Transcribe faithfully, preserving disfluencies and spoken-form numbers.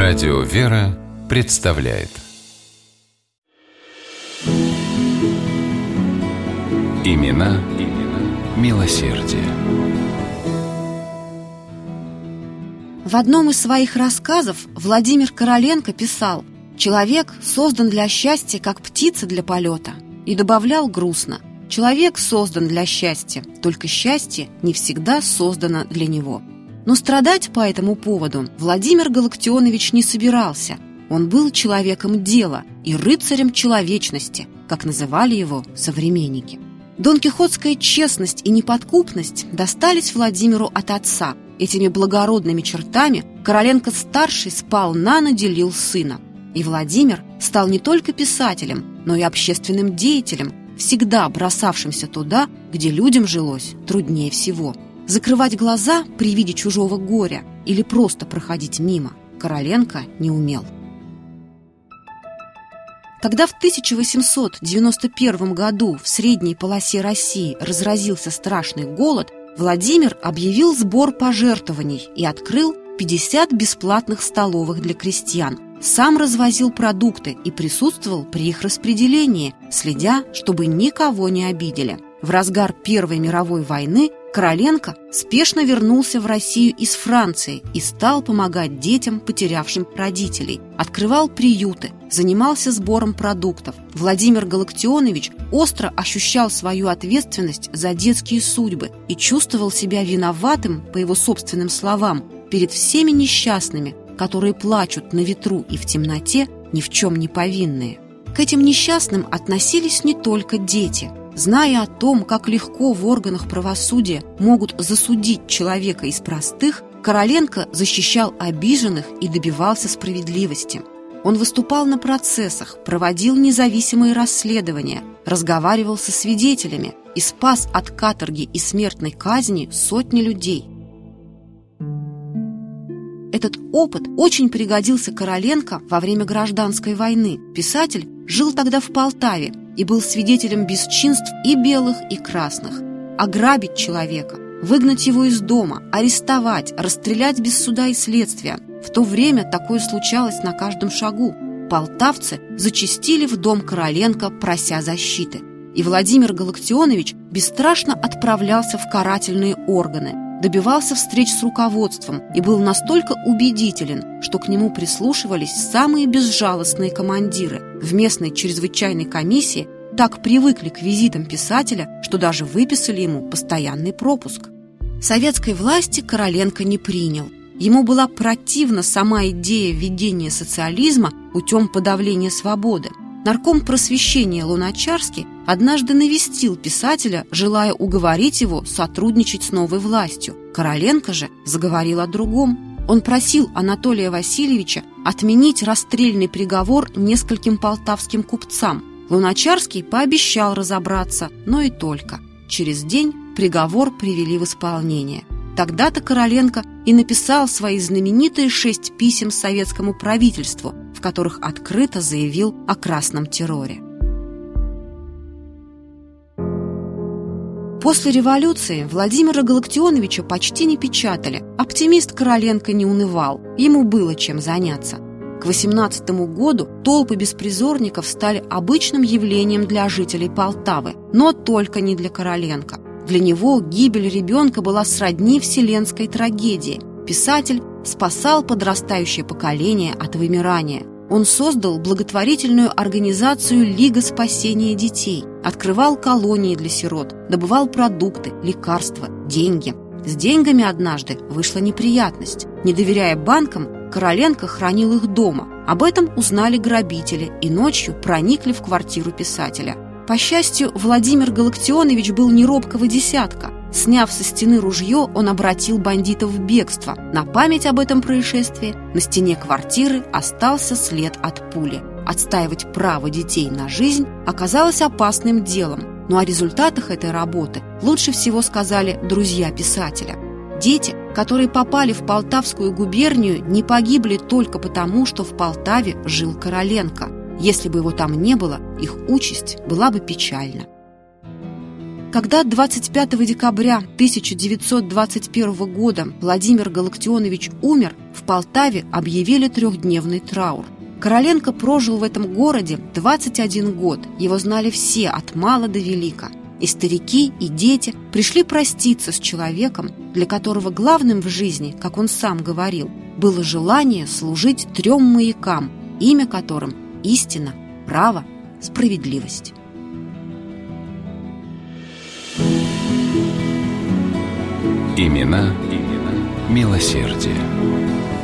Радио «Вера» представляет Имена, имена милосердия. В одном из своих рассказов Владимир Короленко писал: «Человек создан для счастья, как птица для полета», и добавлял грустно: «Человек создан для счастья, только счастье не всегда создано для него». Но страдать по этому поводу Владимир Галактионович не собирался. Он был человеком дела и рыцарем человечности, как называли его современники. Донкихотская честность и неподкупность достались Владимиру от отца. Этими благородными чертами Короленко-старший сполна наделил сына. И Владимир стал не только писателем, но и общественным деятелем, всегда бросавшимся туда, где людям жилось труднее всего. Закрывать глаза при виде чужого горя или просто проходить мимо Короленко не умел. Когда в тысяча восемьсот девяносто первом году в средней полосе России разразился страшный голод, Владимир объявил сбор пожертвований и открыл пятьдесят бесплатных столовых для крестьян. Сам развозил продукты и присутствовал при их распределении, следя, чтобы никого не обидели. В разгар Первой мировой войны Короленко спешно вернулся в Россию из Франции и стал помогать детям, потерявшим родителей. Открывал приюты, занимался сбором продуктов. Владимир Галактионович остро ощущал свою ответственность за детские судьбы и чувствовал себя виноватым, по его собственным словам, перед всеми несчастными, которые плачут на ветру и в темноте, ни в чем не повинные. К этим несчастным относились не только дети. Зная о том, как легко в органах правосудия могут засудить человека из простых, Короленко защищал обиженных и добивался справедливости. Он выступал на процессах, проводил независимые расследования, разговаривал со свидетелями и спас от каторги и смертной казни сотни людей. Этот опыт очень пригодился Короленко во время гражданской войны. Писатель жил тогда в Полтаве и был свидетелем бесчинств и белых, и красных. Ограбить человека, выгнать его из дома, арестовать, расстрелять без суда и следствия. В то время такое случалось на каждом шагу. Полтавцы зачастили в дом Короленко, прося защиты. И Владимир Галактионович бесстрашно отправлялся в карательные органы, добивался встреч с руководством и был настолько убедителен, что к нему прислушивались самые безжалостные командиры. В местной чрезвычайной комиссии так привыкли к визитам писателя, что даже выписали ему постоянный пропуск. Советской власти Короленко не принял. Ему была противна сама идея введения социализма путем подавления свободы. Нарком просвещения Луначарский однажды навестил писателя, желая уговорить его сотрудничать с новой властью. Короленко же заговорил о другом. Он просил Анатолия Васильевича отменить расстрельный приговор нескольким полтавским купцам. Луначарский пообещал разобраться, но и только. Через день приговор привели в исполнение. Тогда-то Короленко и написал свои знаменитые шесть писем советскому правительству, в которых открыто заявил о красном терроре. После революции Владимира Галактионовича почти не печатали. Оптимист Короленко не унывал, ему было чем заняться. К восемнадцатому году толпы беспризорников стали обычным явлением для жителей Полтавы, но только не для Короленко. Для него гибель ребенка была сродни вселенской трагедии. Писатель спасал подрастающее поколение от вымирания. Он создал благотворительную организацию «Лига спасения детей», открывал колонии для сирот, добывал продукты, лекарства, деньги. С деньгами однажды вышла неприятность. Не доверяя банкам, Короленко хранил их дома. Об этом узнали грабители и ночью проникли в квартиру писателя. По счастью, Владимир Галактионович был не робкого десятка. Сняв со стены ружье, он обратил бандитов в бегство. На память об этом происшествии на стене квартиры остался след от пули. Отстаивать право детей на жизнь оказалось опасным делом. Но о результатах этой работы лучше всего сказали друзья писателя. Дети, которые попали в Полтавскую губернию, не погибли только потому, что в Полтаве жил Короленко. Если бы его там не было, их участь была бы печальна. Когда двадцать пятого декабря тысяча девятьсот двадцать первого года Владимир Галактионович умер, в Полтаве объявили трехдневный траур. Короленко прожил в этом городе двадцать один год, его знали все от мала до велика. И старики, и дети пришли проститься с человеком, для которого главным в жизни, как он сам говорил, было желание служить трем маякам, имя которым – истина, право, справедливость. Имена, имена милосердия.